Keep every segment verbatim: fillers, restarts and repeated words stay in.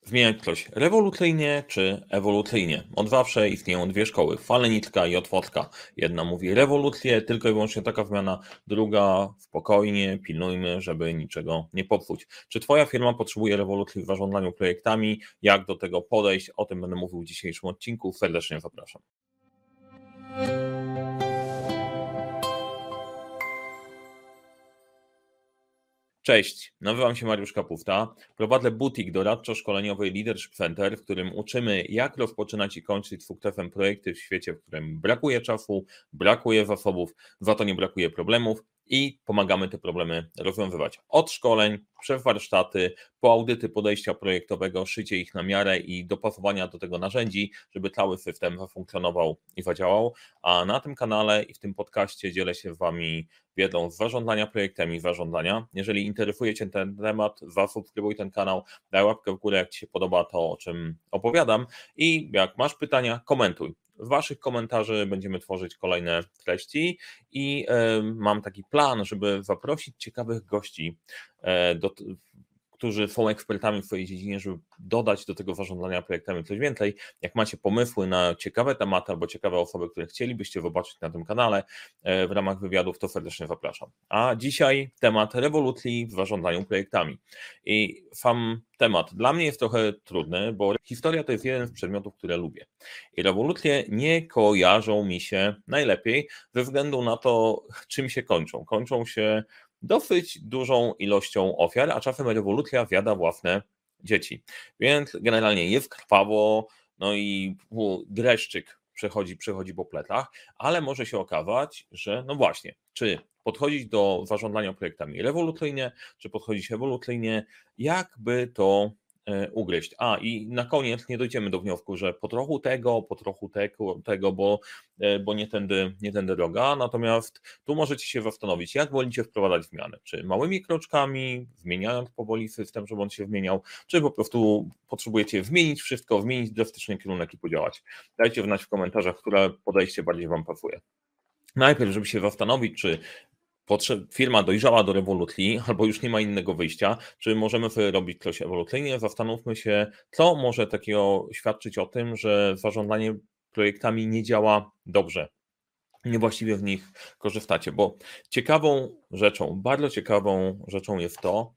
Zmieniać coś rewolucyjnie czy ewolucyjnie? Od zawsze istnieją dwie szkoły, falenitka i otwotka. Jedna mówi rewolucję, tylko i wyłącznie taka zmiana, druga spokojnie, pilnujmy, żeby niczego nie popsuć. Czy Twoja firma potrzebuje rewolucji w zarządzaniu projektami? Jak do tego podejść? O tym będę mówił w dzisiejszym odcinku. Serdecznie zapraszam. Cześć, nazywam się Mariusz Kapufta. Prowadzę butik doradczo-szkoleniowy Leadership Center, w którym uczymy, jak rozpoczynać i kończyć z sukcesem projekty w świecie, w którym brakuje czasu, brakuje zasobów, za to nie brakuje problemów i pomagamy te problemy rozwiązywać. Od szkoleń, przez warsztaty, po audyty podejścia projektowego, szycie ich na miarę i dopasowania do tego narzędzi, żeby cały system zafunkcjonował i zadziałał. A na tym kanale i w tym podcaście dzielę się z Wami wiedzą z zarządzania projektami zarządzania. Jeżeli interesuje Cię ten temat, zasubskrybuj ten kanał, daj łapkę w górę, jak Ci się podoba to, o czym opowiadam i jak masz pytania, komentuj. Z Waszych komentarzy będziemy tworzyć kolejne treści i y, mam taki plan, żeby zaprosić ciekawych gości, y, do, którzy są ekspertami w swojej dziedzinie, żeby dodać do tego zarządzania projektami coś więcej. Jak macie pomysły na ciekawe tematy albo ciekawe osoby, które chcielibyście zobaczyć na tym kanale w ramach wywiadów, to serdecznie zapraszam. A dzisiaj temat rewolucji w zarządzaniu projektami. I sam temat dla mnie jest trochę trudny, bo historia to jest jeden z przedmiotów, które lubię. I rewolucje nie kojarzą mi się najlepiej ze względu na to, czym się kończą. Kończą się dosyć dużą ilością ofiar, a czasem rewolucja zjada własne dzieci. Więc generalnie jest krwawo, no i dreszczyk przechodzi, przechodzi po plecach, ale może się okazać, że no właśnie, czy podchodzić do zarządzania projektami rewolucyjnie, czy podchodzić ewolucyjnie, jakby to ugryźć. A i na koniec nie dojdziemy do wniosku, że po trochu tego, po trochu tego, tego bo, bo nie, tędy, nie tędy droga, natomiast tu możecie się zastanowić, jak wolicie wprowadzać zmiany, czy małymi kroczkami, zmieniając powoli system, żeby on się zmieniał, czy po prostu potrzebujecie zmienić wszystko, zmienić drastycznie kierunek i podziałać. Dajcie znać w komentarzach, które podejście bardziej Wam pasuje. Najpierw, żeby się zastanowić, czy firma dojrzała do rewolucji, albo już nie ma innego wyjścia, czy możemy sobie robić coś ewolucyjnie, zastanówmy się, co może takiego świadczyć o tym, że zarządzanie projektami nie działa dobrze, niewłaściwie w nich korzystacie, bo ciekawą rzeczą, bardzo ciekawą rzeczą jest to,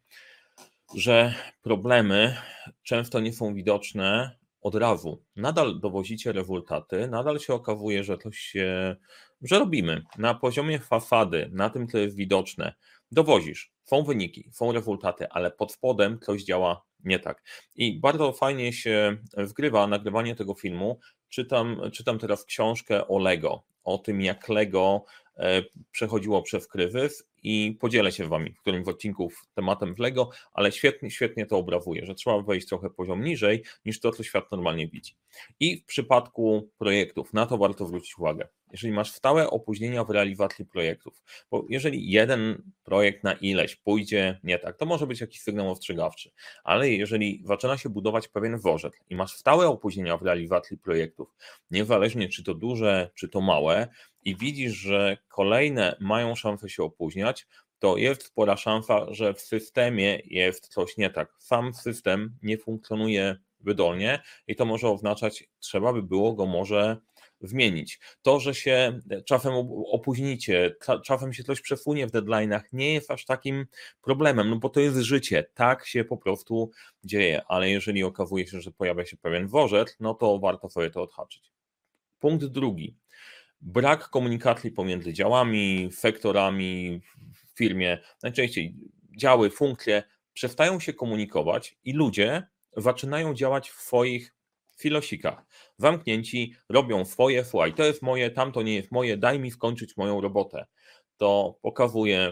że problemy często nie są widoczne od razu. Nadal dowozicie rezultaty, nadal się okazuje, że coś się, że robimy na poziomie fasady, na tym, co jest widoczne. Dowozisz, są wyniki, są rezultaty, ale pod spodem coś działa nie tak. I bardzo fajnie się wgrywa nagrywanie tego filmu. Czytam, czytam teraz książkę o Lego, o tym, jak Lego przechodziło przez kryzys i podzielę się z Wami w którymś z odcinków tematem w Lego, ale świetnie, świetnie to obrazuje, że trzeba wejść trochę poziom niżej niż to, co świat normalnie widzi. I w przypadku projektów, na to warto zwrócić uwagę. Jeżeli masz stałe opóźnienia w realizacji projektów, bo jeżeli jeden projekt na ileś pójdzie nie tak, to może być jakiś sygnał ostrzegawczy, ale jeżeli zaczyna się budować pewien wzorzec i masz stałe opóźnienia w realizacji projektów, niezależnie czy to duże, czy to małe, i widzisz, że kolejne mają szansę się opóźniać, to jest spora szansa, że w systemie jest coś nie tak. Sam system nie funkcjonuje wydolnie i to może oznaczać, trzeba by było go może zmienić. To, że się czasem opóźnicie, czasem się coś przesunie w deadline'ach, nie jest aż takim problemem, no bo to jest życie, tak się po prostu dzieje, ale jeżeli okazuje się, że pojawia się pewien wzorzec, no to warto sobie to odhaczyć. Punkt drugi. Brak komunikacji pomiędzy działami, sektorami w firmie, najczęściej działy, funkcje przestają się komunikować i ludzie zaczynają działać w swoich filosikach. Zamknięci, robią swoje, słuchaj, to jest moje, tamto nie jest moje, daj mi skończyć moją robotę. To pokazuje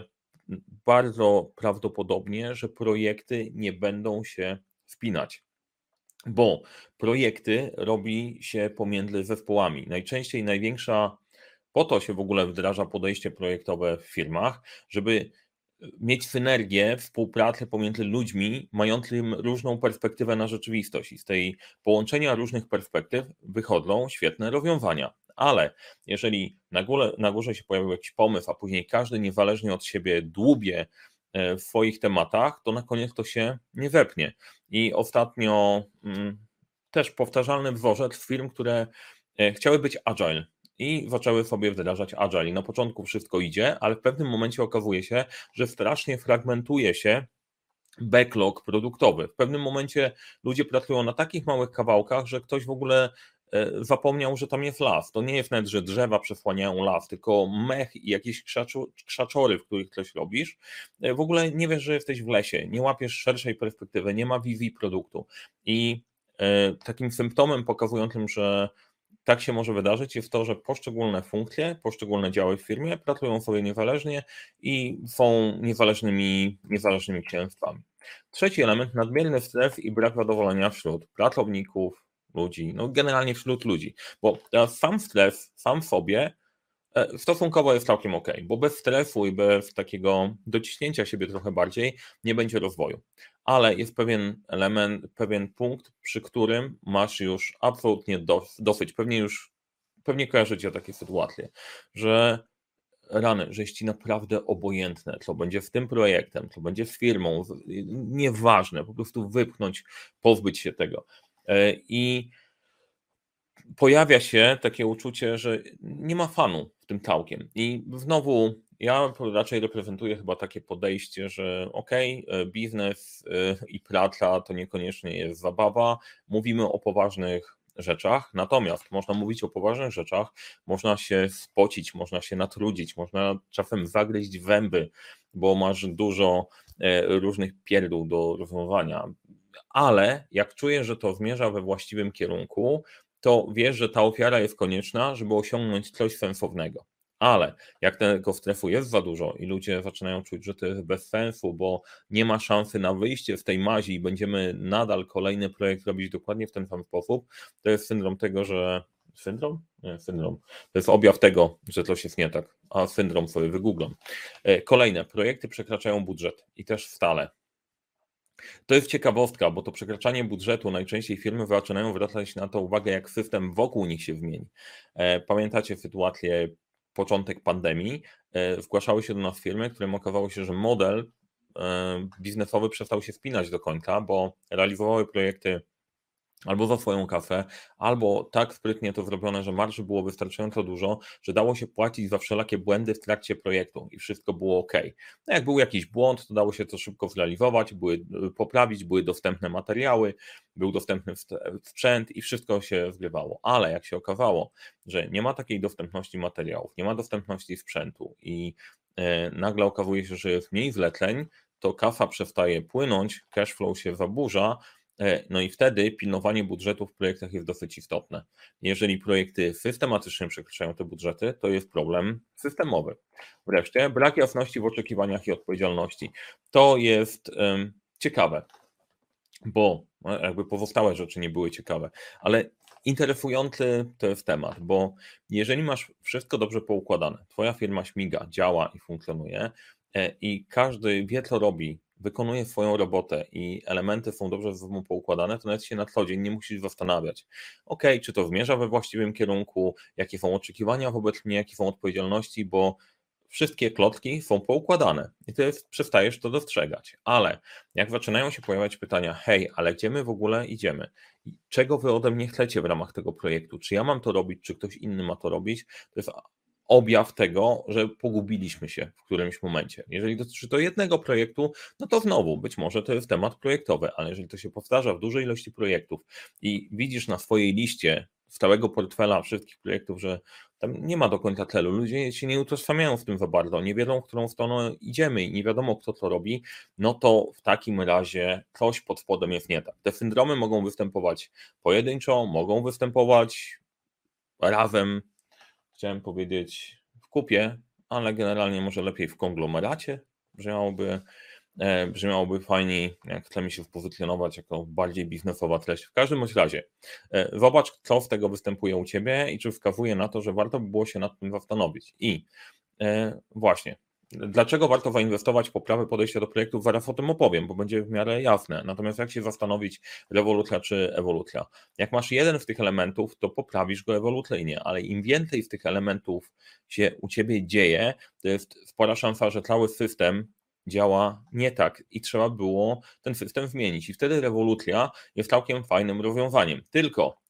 bardzo prawdopodobnie, że projekty nie będą się wpinać. Bo projekty robi się pomiędzy zespołami. Najczęściej największa, po to się w ogóle wdraża podejście projektowe w firmach, żeby mieć synergię, współpracę pomiędzy ludźmi mającymi różną perspektywę na rzeczywistość. I z tej połączenia różnych perspektyw wychodzą świetne rozwiązania. Ale jeżeli na górze, na górze się pojawił jakiś pomysł, a później każdy niezależnie od siebie dłubie w swoich tematach, to na koniec to się nie wepnie. I ostatnio mm, też powtarzalny wzorzec firm, które chciały być agile i zaczęły sobie wdrażać agile. Na początku wszystko idzie, ale w pewnym momencie okazuje się, że strasznie fragmentuje się backlog produktowy. W pewnym momencie ludzie pracują na takich małych kawałkach, że ktoś w ogóle zapomniał, że tam jest las. To nie jest nawet, że drzewa przesłaniają las, tylko mech i jakieś krzaczory, w których coś robisz. W ogóle nie wiesz, że jesteś w lesie, nie łapiesz szerszej perspektywy, nie ma wizji produktu. I takim symptomem pokazującym, że tak się może wydarzyć, jest to, że poszczególne funkcje, poszczególne działy w firmie pracują sobie niezależnie i są niezależnymi, niezależnymi księstwami. Trzeci element, nadmierny stres i brak zadowolenia wśród pracowników, ludzi, no generalnie wśród ludzi, bo sam stres, sam w sobie stosunkowo jest całkiem ok, bo bez stresu i bez takiego dociśnięcia siebie trochę bardziej nie będzie rozwoju. Ale jest pewien element, pewien punkt, przy którym masz już absolutnie dosyć. Pewnie już, pewnie kojarzycie takie sytuacje, że rany, że jest ci naprawdę obojętne, co będzie z tym projektem, co będzie z firmą, nieważne, po prostu wypchnąć, pozbyć się tego. I pojawia się takie uczucie, że nie ma fanu w tym całkiem. I znowu ja raczej reprezentuję chyba takie podejście, że okej, okay, biznes i praca to niekoniecznie jest zabawa, mówimy o poważnych rzeczach, natomiast można mówić o poważnych rzeczach, można się spocić, można się natrudzić, można czasem zagryźć zęby, bo masz dużo różnych pierdół do rozwiązania, ale jak czujesz, że to zmierza we właściwym kierunku, to wiesz, że ta ofiara jest konieczna, żeby osiągnąć coś sensownego. Ale jak tego stresu jest za dużo i ludzie zaczynają czuć, że to jest bez sensu, bo nie ma szansy na wyjście z tej mazi i będziemy nadal kolejny projekt robić dokładnie w ten sam sposób, to jest syndrom tego, że... Syndrom? Nie, syndrom. To jest objaw tego, że coś jest nie tak, a syndrom sobie wygooglam. Kolejne, projekty przekraczają budżet i też stale. To jest ciekawostka, bo to przekraczanie budżetu najczęściej firmy zaczynają zwracać na to uwagę, jak system wokół nich się zmieni. Pamiętacie sytuację, początek pandemii, zgłaszały się do nas firmy, którym okazało się, że model biznesowy przestał się spinać do końca, bo realizowały projekty albo za swoją kasę, albo tak sprytnie to zrobione, że marży było wystarczająco dużo, że dało się płacić za wszelakie błędy w trakcie projektu i wszystko było ok. No jak był jakiś błąd, to dało się to szybko zrealizować, były poprawić, były dostępne materiały, był dostępny sprzęt i wszystko się zgrywało. Ale jak się okazało, że nie ma takiej dostępności materiałów, nie ma dostępności sprzętu i nagle okazuje się, że jest mniej zleceń, to kasa przestaje płynąć, cash flow się zaburza. No i wtedy pilnowanie budżetu w projektach jest dosyć istotne. Jeżeli projekty systematycznie przekraczają te budżety, to jest problem systemowy. Wreszcie brak jasności w oczekiwaniach i odpowiedzialności. To jest um, ciekawe, bo jakby pozostałe rzeczy nie były ciekawe, ale interesujący to jest temat, bo jeżeli masz wszystko dobrze poukładane, twoja firma śmiga, działa i funkcjonuje i każdy wie, co robi, wykonuje swoją robotę i elementy są dobrze ze sobą poukładane, to nawet się na co dzień nie musisz zastanawiać. Ok, czy to zmierza we właściwym kierunku, jakie są oczekiwania wobec mnie, jakie są odpowiedzialności, bo wszystkie klocki są poukładane i ty przestajesz to dostrzegać. Ale jak zaczynają się pojawiać pytania, hej, ale gdzie my w ogóle idziemy? Czego wy ode mnie chcecie w ramach tego projektu? Czy ja mam to robić, czy ktoś inny ma to robić? To jest objaw tego, że pogubiliśmy się w którymś momencie. Jeżeli dotyczy to jednego projektu, no to znowu być może to jest temat projektowy, ale jeżeli to się powtarza w dużej ilości projektów i widzisz na swojej liście stałego portfela wszystkich projektów, że tam nie ma do końca celu, ludzie się nie utożsamiają w tym za bardzo, nie wiedzą, w którą stronę idziemy i nie wiadomo, kto to robi, no to w takim razie coś pod spodem jest nie tak. Te syndromy mogą występować pojedynczo, mogą występować razem, chciałem powiedzieć w kupie, ale generalnie może lepiej w konglomeracie brzmiałoby, brzmiałoby fajniej, jak chcemy się pozycjonować jako bardziej biznesowa treść. W każdym bądź razie, zobacz, co z tego występuje u Ciebie i czy wskazuje na to, że warto by było się nad tym zastanowić. I właśnie, dlaczego warto zainwestować w poprawę podejścia do projektów, zaraz o tym opowiem, bo będzie w miarę jasne. Natomiast jak się zastanowić, rewolucja czy ewolucja? Jak masz jeden z tych elementów, to poprawisz go ewolucyjnie, ale im więcej z tych elementów się u Ciebie dzieje, to jest spora szansa, że cały system działa nie tak i trzeba było ten system zmienić. I wtedy rewolucja jest całkiem fajnym rozwiązaniem. Tylko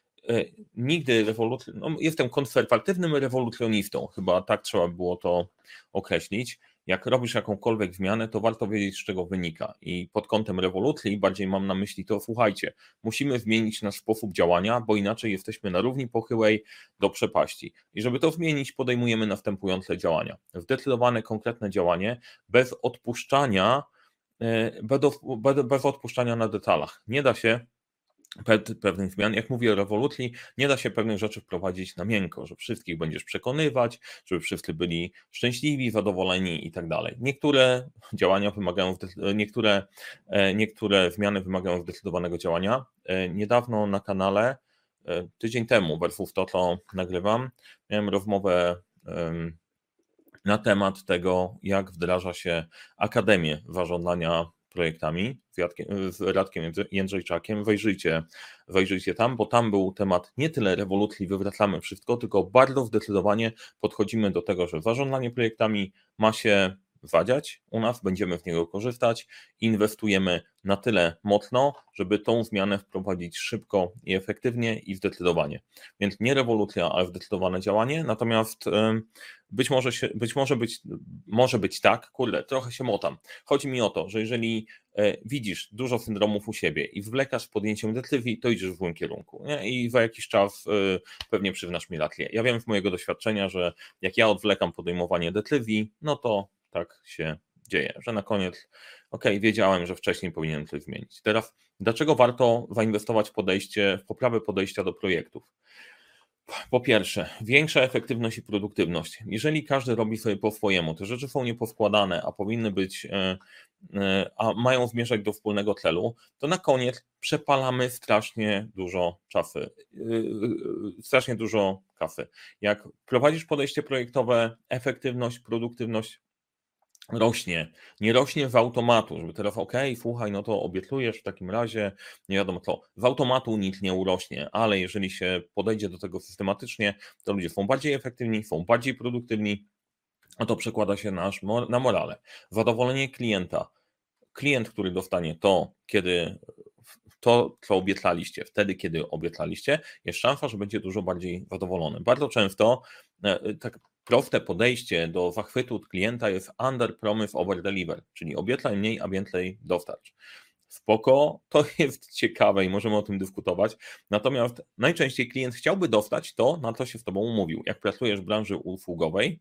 nigdy rewolucja, no jestem konserwatywnym rewolucjonistą, chyba tak trzeba było to określić. Jak robisz jakąkolwiek zmianę, to warto wiedzieć, z czego wynika. I pod kątem rewolucji bardziej mam na myśli to, słuchajcie, musimy zmienić nasz sposób działania, bo inaczej jesteśmy na równi pochyłej do przepaści. I żeby to zmienić, podejmujemy następujące działania. Zdecydowane, konkretne działanie, bez odpuszczania, bez, bez odpuszczania na detalach. Nie da się pewnych zmian. Jak mówię o rewolucji, nie da się pewnych rzeczy wprowadzić na miękko, że wszystkich będziesz przekonywać, żeby wszyscy byli szczęśliwi, zadowoleni i tak dalej. Niektóre działania wymagają, niektóre, niektóre zmiany wymagają zdecydowanego działania. Niedawno na kanale, tydzień temu, versus to, co nagrywam, miałem rozmowę na temat tego, jak wdraża się Akademię Zarządzania Projektami z, Jadkiem, z Radkiem Jędrzejczakiem. Wejrzyjcie, wejrzyjcie tam, bo tam był temat nie tyle rewolucji, wywracamy wszystko, tylko bardzo zdecydowanie podchodzimy do tego, że zarządzanie projektami ma się zadziać u nas, będziemy z niego korzystać, inwestujemy na tyle mocno, żeby tą zmianę wprowadzić szybko i efektywnie i zdecydowanie. Więc nie rewolucja, ale zdecydowane działanie, natomiast być może, się, być, może, być, może być tak, kurde, trochę się motam. Chodzi mi o to, że jeżeli widzisz dużo syndromów u siebie i zwlekasz z podjęciem decyzji, to idziesz w złym kierunku, nie? I za jakiś czas pewnie przyznasz mi rację. Ja wiem z mojego doświadczenia, że jak ja odwlekam podejmowanie decyzji, no to tak się dzieje, że na koniec, ok, wiedziałem, że wcześniej powinienem coś zmienić. Teraz, dlaczego warto zainwestować w podejście, w poprawę podejścia do projektów? Po pierwsze, większa efektywność i produktywność. Jeżeli każdy robi sobie po swojemu, te rzeczy są nieposkładane, a powinny być, a mają zmierzać do wspólnego celu, to na koniec przepalamy strasznie dużo czasy, strasznie dużo kasy. Jak prowadzisz podejście projektowe, efektywność, produktywność rośnie, nie rośnie z automatu, żeby teraz ok, słuchaj, no to obiecujesz w takim razie, nie wiadomo co, z automatu nic nie urośnie, ale jeżeli się podejdzie do tego systematycznie, to ludzie są bardziej efektywni, są bardziej produktywni, a to przekłada się na, na morale. Zadowolenie klienta. Klient, który dostanie to, kiedy to, co obiecaliście, wtedy, kiedy obiecaliście, jest szansa, że będzie dużo bardziej zadowolony. Bardzo często tak proste podejście do zachwytu od klienta jest under promise over deliver, czyli obiecaj mniej, a więcej dostarcz. Spoko, to jest ciekawe i możemy o tym dyskutować, natomiast najczęściej klient chciałby dostać to, na co się z Tobą umówił. Jak pracujesz w branży usługowej,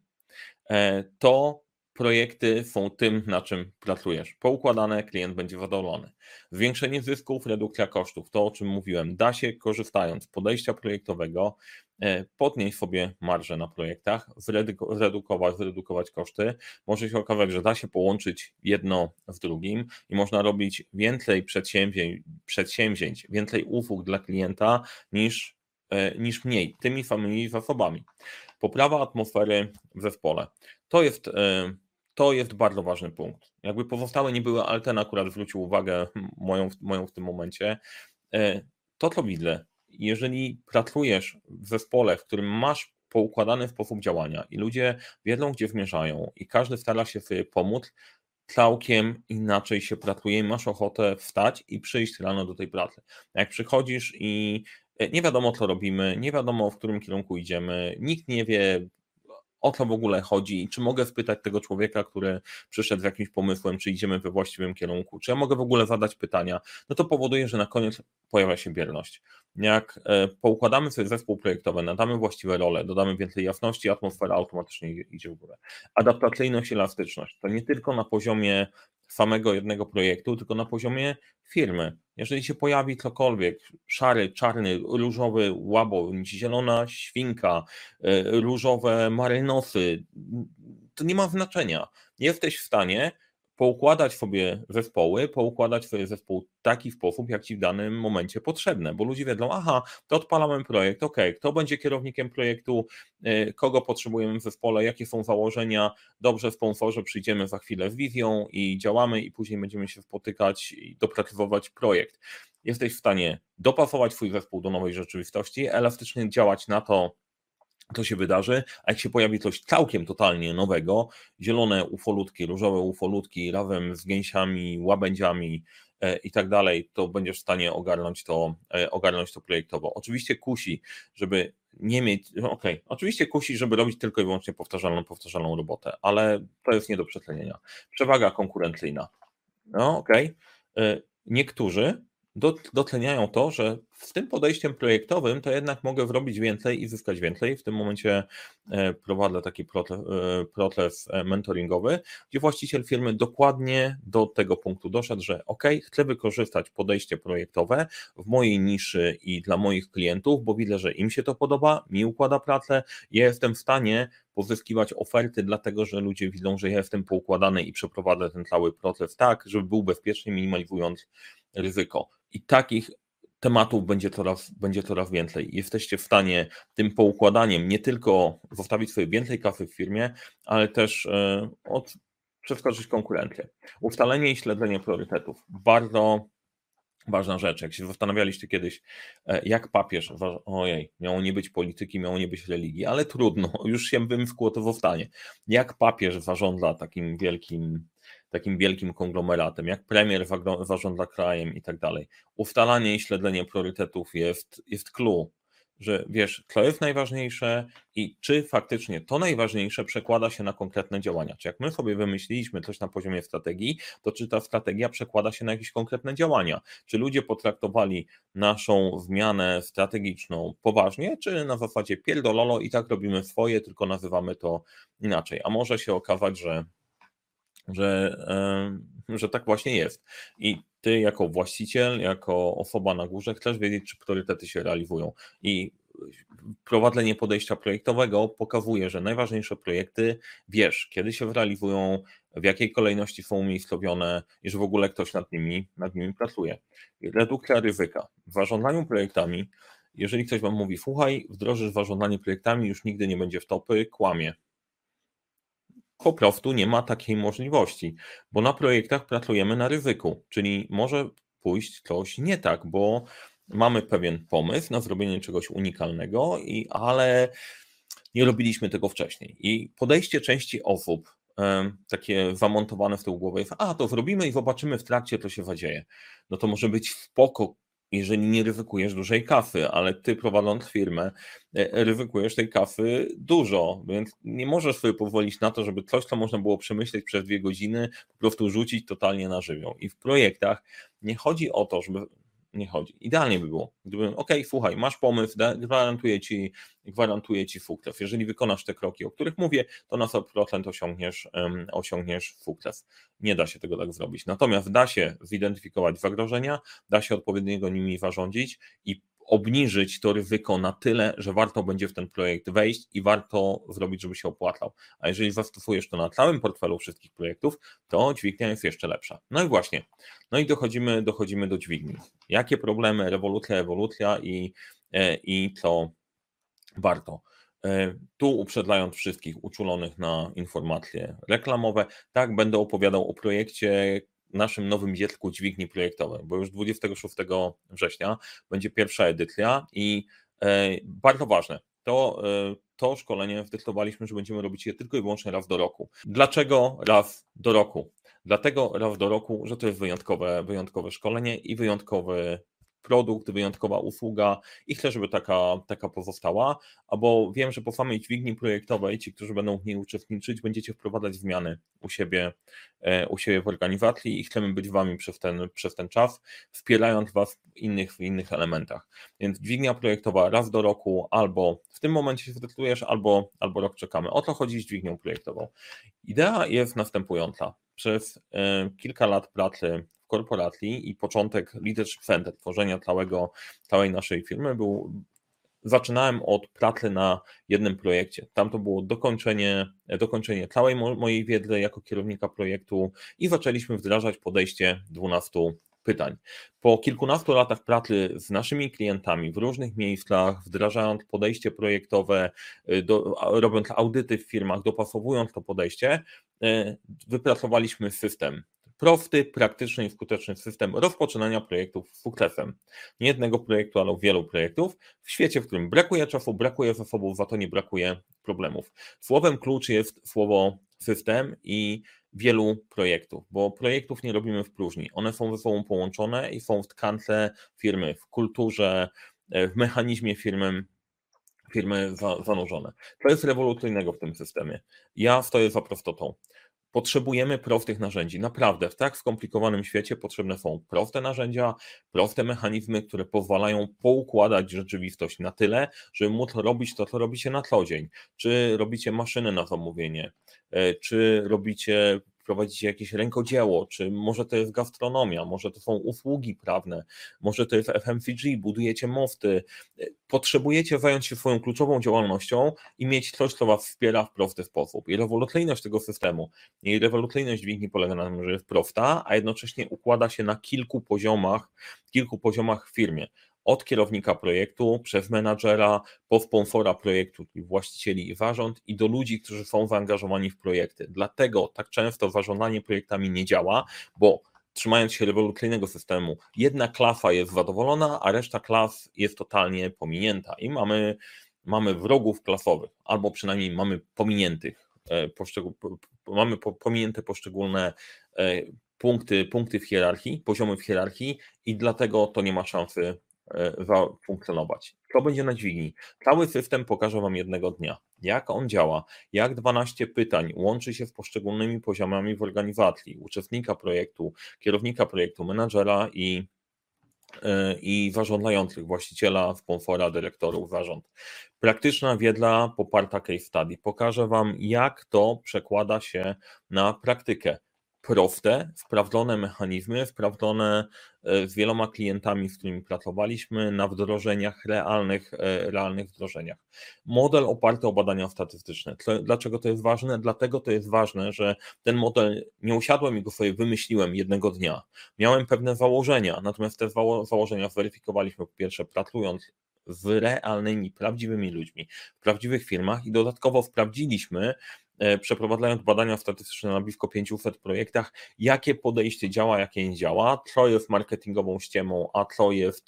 to projekty są tym, na czym pracujesz. Poukładane, klient będzie zadowolony. Zwiększenie zysków, redukcja kosztów, to o czym mówiłem, da się korzystając z podejścia projektowego podnieść sobie marżę na projektach, zredukować, zredukować koszty. Może się okazać, że da się połączyć jedno z drugim i można robić więcej przedsięwzięć, przedsięwzięć więcej usług dla klienta niż, niż mniej, tymi samymi zasobami. Poprawa atmosfery w zespole. To jest, to jest bardzo ważny punkt. Jakby pozostałe nie były, ale ten akurat zwrócił uwagę moją, moją w tym momencie. To, co widzę, jeżeli pracujesz w zespole, w którym masz poukładany sposób działania i ludzie wiedzą, gdzie zmierzają i każdy stara się sobie pomóc, całkiem inaczej się pracuje i masz ochotę wstać i przyjść rano do tej pracy. Jak przychodzisz i nie wiadomo, co robimy, nie wiadomo, w którym kierunku idziemy, nikt nie wie, o co w ogóle chodzi, czy mogę spytać tego człowieka, który przyszedł z jakimś pomysłem, czy idziemy we właściwym kierunku, czy ja mogę w ogóle zadać pytania, no to powoduje, że na koniec pojawia się bierność. Jak poukładamy sobie zespół projektowy, nadamy właściwe role, dodamy więcej jasności, atmosfera automatycznie idzie w górę. Adaptacyjność i elastyczność to nie tylko na poziomie samego jednego projektu, tylko na poziomie firmy. Jeżeli się pojawi cokolwiek, szary, czarny, różowy łabędź, zielona świnka, różowe marynosy, to nie ma znaczenia. Jesteś w stanie poukładać sobie zespoły, poukładać sobie zespół w taki sposób, jak Ci w danym momencie potrzebne, bo ludzie wiedzą, aha, to odpalamy projekt, ok, kto będzie kierownikiem projektu, kogo potrzebujemy w zespole, jakie są założenia, dobrze, sponsorze, przyjdziemy za chwilę z wizją i działamy i później będziemy się spotykać i dopracowywać projekt. Jesteś w stanie dopasować swój zespół do nowej rzeczywistości, elastycznie działać na to, to się wydarzy, a jak się pojawi coś całkiem totalnie nowego, zielone ufolutki, różowe ufolutki razem z gęsiami, łabędziami e, i tak dalej, to będziesz w stanie ogarnąć to, e, ogarnąć to projektowo. Oczywiście kusi, żeby nie mieć, no okej, oczywiście kusi, żeby robić tylko i wyłącznie powtarzalną, powtarzalną robotę, ale to jest nie do przetlenienia. Przewaga konkurencyjna. No okej. E, Niektórzy dot- dotleniają to, że z tym podejściem projektowym to jednak mogę zrobić więcej i zyskać więcej. W tym momencie e, prowadzę taki proces, e, proces e, mentoringowy, gdzie właściciel firmy dokładnie do tego punktu doszedł, że ok, chcę wykorzystać podejście projektowe w mojej niszy i dla moich klientów, bo widzę, że im się to podoba, mi układa pracę, ja jestem w stanie pozyskiwać oferty, dlatego że ludzie widzą, że ja jestem poukładany i przeprowadzę ten cały proces tak, żeby był bezpieczny, minimalizując ryzyko. I takich tematów będzie coraz, będzie coraz więcej. Jesteście w stanie tym poukładaniem nie tylko zostawić sobie więcej kasy w firmie, ale też e, od, przeskoczyć konkurencję. Ustalenie i śledzenie priorytetów. Bardzo ważna rzecz. Jak się zastanawialiście kiedyś, e, jak papież, wa- ojej, miało nie być polityki, miało nie być religii, ale trudno, już się wymskło to zostanie. Jak papież zarządza takim wielkim, takim wielkim konglomeratem, jak premier wagro- zarządza krajem i tak dalej. Ustalanie i śledzenie priorytetów jest, jest clue, że wiesz, co jest najważniejsze i czy faktycznie to najważniejsze przekłada się na konkretne działania. Czy jak my sobie wymyśliliśmy coś na poziomie strategii, to czy ta strategia przekłada się na jakieś konkretne działania? Czy ludzie potraktowali naszą zmianę strategiczną poważnie, czy na zasadzie pierdololo i tak robimy swoje, tylko nazywamy to inaczej? A może się okazać, że, że, em, że tak właśnie jest. I ty jako właściciel, jako osoba na górze chcesz wiedzieć, czy priorytety się realizują. I prowadzenie podejścia projektowego pokazuje, że najważniejsze projekty wiesz, kiedy się realizują, w jakiej kolejności są umiejscowione i że w ogóle ktoś nad nimi, nad nimi pracuje. Redukcja ryzyka. W zarządzaniu projektami, jeżeli ktoś wam mówi, słuchaj, wdrożysz zarządzanie projektami, już nigdy nie będzie wtopy, kłamie. Po prostu nie ma takiej możliwości, bo na projektach pracujemy na ryzyku, czyli może pójść coś nie tak, bo mamy pewien pomysł na zrobienie czegoś unikalnego, i, ale nie robiliśmy tego wcześniej. I podejście części osób, em, takie zamontowane w tył głowy jest, a to zrobimy i zobaczymy w trakcie, co się zadzieje. No to może być spoko, jeżeli nie ryzykujesz dużej kasy, ale ty prowadząc firmę, e, ryzykujesz tej kasy dużo, więc nie możesz sobie pozwolić na to, żeby coś, co można było przemyśleć przez dwie godziny, po prostu rzucić totalnie na żywioł. I w projektach nie chodzi o to, żeby nie chodzi. Idealnie by było, gdybym, ok, słuchaj, masz pomysł, da- gwarantuję ci, gwarantuję ci sukces. Jeżeli wykonasz te kroki, o których mówię, to na sto procent osiągniesz, um, osiągniesz sukces. Nie da się tego tak zrobić. Natomiast da się zidentyfikować zagrożenia, da się odpowiednio nimi zarządzić i obniżyć to ryzyko na tyle, że warto będzie w ten projekt wejść i warto zrobić, żeby się opłacał. A jeżeli zastosujesz to na całym portfelu wszystkich projektów, to dźwignia jest jeszcze lepsza. No i właśnie, no i dochodzimy, dochodzimy do dźwigni. Jakie problemy, rewolucja, ewolucja i, e, i co warto. E, Tu uprzedzając wszystkich uczulonych na informacje reklamowe, tak będę opowiadał o projekcie, naszym nowym dziecku dźwigni projektowej, bo już dwudziestego szóstego września będzie pierwsza edycja i e, bardzo ważne, to, e, to szkolenie zdecydowaliśmy, że będziemy robić je tylko i wyłącznie raz do roku. Dlaczego raz do roku? Dlatego raz do roku, że to jest wyjątkowe, wyjątkowe szkolenie i wyjątkowy produkt, wyjątkowa usługa i chcę, żeby taka, taka pozostała, albo wiem, że po samej dźwigni projektowej ci, którzy będą w niej uczestniczyć, będziecie wprowadzać zmiany u siebie, e, u siebie w organizacji i chcemy być wami przez ten, przez ten czas, wspierając was w innych, w innych elementach. Więc dźwignia projektowa raz do roku, albo w tym momencie się zdecydujesz, albo, albo rok czekamy. O to chodzi z dźwignią projektową. Idea jest następująca. Przez e, kilka lat pracy w korporacji i początek Leadership Center, tworzenia całego, całej naszej firmy był, zaczynałem od pracy na jednym projekcie. Tam to było dokończenie, dokończenie całej mo- mojej wiedzy jako kierownika projektu i zaczęliśmy wdrażać podejście dwunastu pytań. Po kilkunastu latach pracy z naszymi klientami w różnych miejscach, wdrażając podejście projektowe, y, do, a- robiąc audyty w firmach, dopasowując to podejście, y, wypracowaliśmy system. prosty, praktyczny i skuteczny system rozpoczynania projektów z sukcesem. Nie jednego projektu, ale wielu projektów w świecie, w którym brakuje czasu, brakuje zasobów, za to nie brakuje problemów. Słowem klucz jest słowo system i wielu projektów, bo projektów nie robimy w próżni. One są ze sobą połączone i są w tkance firmy, w kulturze, w mechanizmie firmy, firmy zanurzone. To jest rewolucyjnego w tym systemie. Ja stoję za prostotą. Potrzebujemy prostych narzędzi. Naprawdę, w tak skomplikowanym świecie potrzebne są proste narzędzia, proste mechanizmy, które pozwalają poukładać rzeczywistość na tyle, żeby móc robić to, co robicie na co dzień. Czy robicie maszyny na zamówienie, czy robicie, prowadzicie jakieś rękodzieło, czy może to jest gastronomia, może to są usługi prawne, może to jest F M C G, budujecie mosty. Potrzebujecie zająć się swoją kluczową działalnością i mieć coś, co was wspiera w prosty sposób. I rewolucyjność tego systemu, jej rewolucyjność dźwigni polega na tym, że jest prosta, a jednocześnie układa się na kilku poziomach, kilku poziomach w firmie. Od kierownika projektu, przez menadżera, po sponsora projektu, czyli właścicieli i zarząd, i do ludzi, którzy są zaangażowani w projekty. Dlatego tak często zarządzanie projektami nie działa, bo trzymając się rewolucyjnego systemu, jedna klasa jest zadowolona, a reszta klas jest totalnie pominięta i mamy, mamy wrogów klasowych, albo przynajmniej mamy pominiętych, poszczegól, mamy pominięte poszczególne punkty, punkty w hierarchii, poziomy w hierarchii i dlatego to nie ma szansy funkcjonować. To będzie na dźwigni. Cały system pokażę wam jednego dnia, jak on działa, jak dwanaście pytań łączy się z poszczególnymi poziomami w organizacji, uczestnika projektu, kierownika projektu, menadżera i, i zarządzających, właściciela, sponsora, dyrektorów, zarząd. Praktyczna wiedza poparta case study. Pokażę wam, jak to przekłada się na praktykę. Proste, sprawdzone mechanizmy, sprawdzone z wieloma klientami, z którymi pracowaliśmy, na wdrożeniach, realnych, realnych wdrożeniach. Model oparty o badania statystyczne. Dlaczego to jest ważne? Dlatego to jest ważne, że ten model, nie usiadłem i go sobie wymyśliłem jednego dnia. Miałem pewne założenia, natomiast te założenia zweryfikowaliśmy po pierwsze pracując z realnymi, prawdziwymi ludźmi, w prawdziwych firmach i dodatkowo sprawdziliśmy, przeprowadzając badania statystyczne na blisko pięciuset projektach, jakie podejście działa, jakie nie działa, co jest marketingową ściemą, a co jest,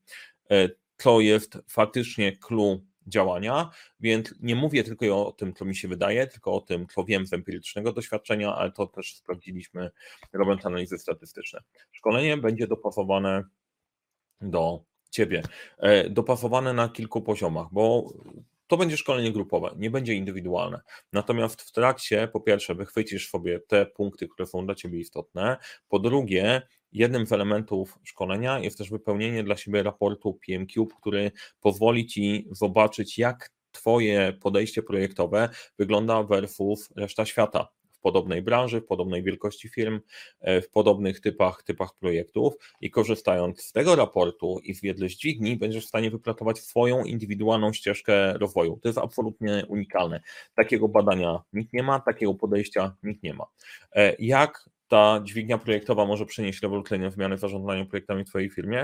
co jest faktycznie clue działania, więc nie mówię tylko o tym, co mi się wydaje, tylko o tym, co wiem z empirycznego doświadczenia, ale to też sprawdziliśmy, robiąc analizy statystyczne. Szkolenie będzie dopasowane do ciebie, dopasowane na kilku poziomach, bo to będzie szkolenie grupowe, nie będzie indywidualne. Natomiast w trakcie, po pierwsze, wychwycisz sobie te punkty, które są dla ciebie istotne. Po drugie, jednym z elementów szkolenia jest też wypełnienie dla siebie raportu P M Cube, który pozwoli ci zobaczyć, jak twoje podejście projektowe wygląda versus reszta świata. W podobnej branży, w podobnej wielkości firm, w podobnych typach, typach projektów i korzystając z tego raportu i z wiedzy z dźwigni będziesz w stanie wypracować swoją indywidualną ścieżkę rozwoju. To jest absolutnie unikalne. Takiego badania nikt nie ma, takiego podejścia nikt nie ma. Jak ta dźwignia projektowa może przynieść rewolucyjne zmiany w zarządzaniu projektami w twojej firmie?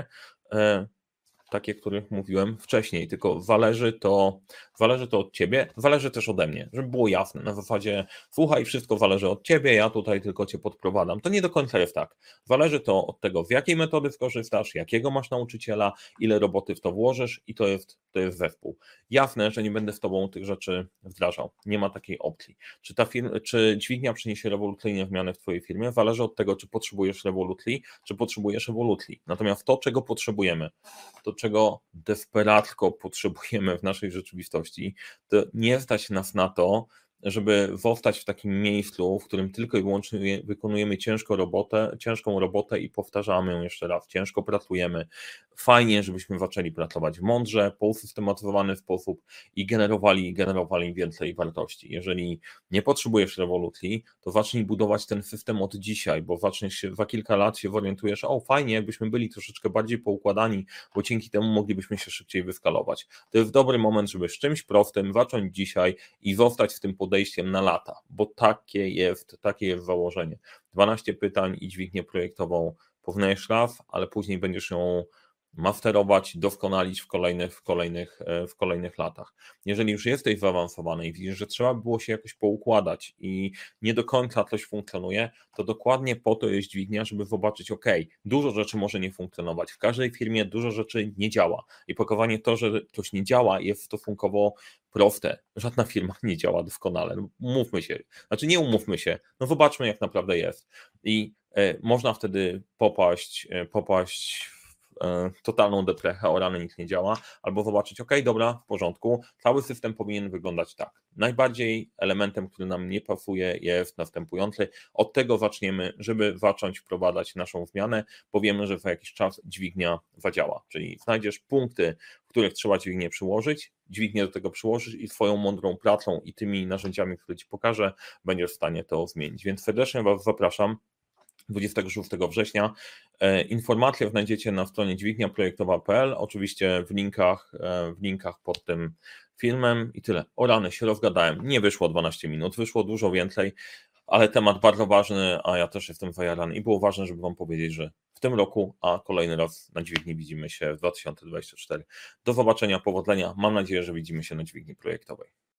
Takie, o których mówiłem wcześniej, tylko zależy to, zależy to od ciebie, zależy też ode mnie, żeby było jasne, na zasadzie słuchaj, wszystko zależy od ciebie, ja tutaj tylko cię podprowadzam. To nie do końca jest tak. Zależy to od tego, z jakiej metody skorzystasz, jakiego masz nauczyciela, ile roboty w to włożysz i to jest, to jest zespół. Jasne, że nie będę z tobą tych rzeczy wdrażał, nie ma takiej opcji. Czy ta firma, czy dźwignia przyniesie rewolucyjne zmiany w twojej firmie, zależy od tego, czy potrzebujesz rewolucji, czy potrzebujesz ewolucji. Natomiast to, czego potrzebujemy, to czego desperacko potrzebujemy w naszej rzeczywistości, to nie stać nas na to, żeby zostać w takim miejscu, w którym tylko i wyłącznie wykonujemy ciężką robotę, ciężką robotę i powtarzamy ją jeszcze raz, ciężko pracujemy. Fajnie, żebyśmy zaczęli pracować mądrze, po usystematyzowany sposób i generowali, generowali więcej wartości. Jeżeli nie potrzebujesz rewolucji, to zacznij budować ten system od dzisiaj, bo zaczniesz się, za kilka lat się zorientujesz, o fajnie, jakbyśmy byli troszeczkę bardziej poukładani, bo dzięki temu moglibyśmy się szybciej wyskalować. To jest dobry moment, żeby z czymś prostym zacząć dzisiaj i zostać w tym podejściem na lata, bo takie jest, takie jest założenie. dwanaście pytań i dźwignię projektową poznajesz raz, ale później będziesz ją masterować, doskonalić w kolejnych, w kolejnych, w kolejnych latach. Jeżeli już jesteś zaawansowany i widzisz, że trzeba by było się jakoś poukładać i nie do końca coś funkcjonuje, to dokładnie po to jest dźwignia, żeby zobaczyć, ok, dużo rzeczy może nie funkcjonować, w każdej firmie dużo rzeczy nie działa i pakowanie to, że coś nie działa, jest stosunkowo proste. Żadna firma nie działa doskonale. No, umówmy się, znaczy nie umówmy się, no zobaczmy jak naprawdę jest i e, można wtedy popaść, e, popaść totalną deprechę, o rany nic nie działa, albo zobaczyć, ok, dobra, w porządku, cały system powinien wyglądać tak. Najbardziej elementem, który nam nie pasuje, jest następujący. Od tego zaczniemy, żeby zacząć wprowadzać naszą zmianę, powiemy, że za jakiś czas dźwignia zadziała, czyli znajdziesz punkty, w których trzeba dźwignię przyłożyć, dźwignię do tego przyłożysz i swoją mądrą pracą i tymi narzędziami, które Ci pokażę, będziesz w stanie to zmienić. Więc serdecznie Was zapraszam dwudziestego szóstego września. Informacje znajdziecie na stronie dźwignia projektowa kropka p l, oczywiście w linkach, w linkach pod tym filmem i tyle. O rany, się rozgadałem, nie wyszło dwanaście minut, wyszło dużo więcej, ale temat bardzo ważny, a ja też jestem zajarany i było ważne, żeby Wam powiedzieć, że w tym roku, a kolejny raz na dźwigni widzimy się w dwa tysiące dwudziestym czwartym. Do zobaczenia, powodzenia, mam nadzieję, że widzimy się na dźwigni projektowej.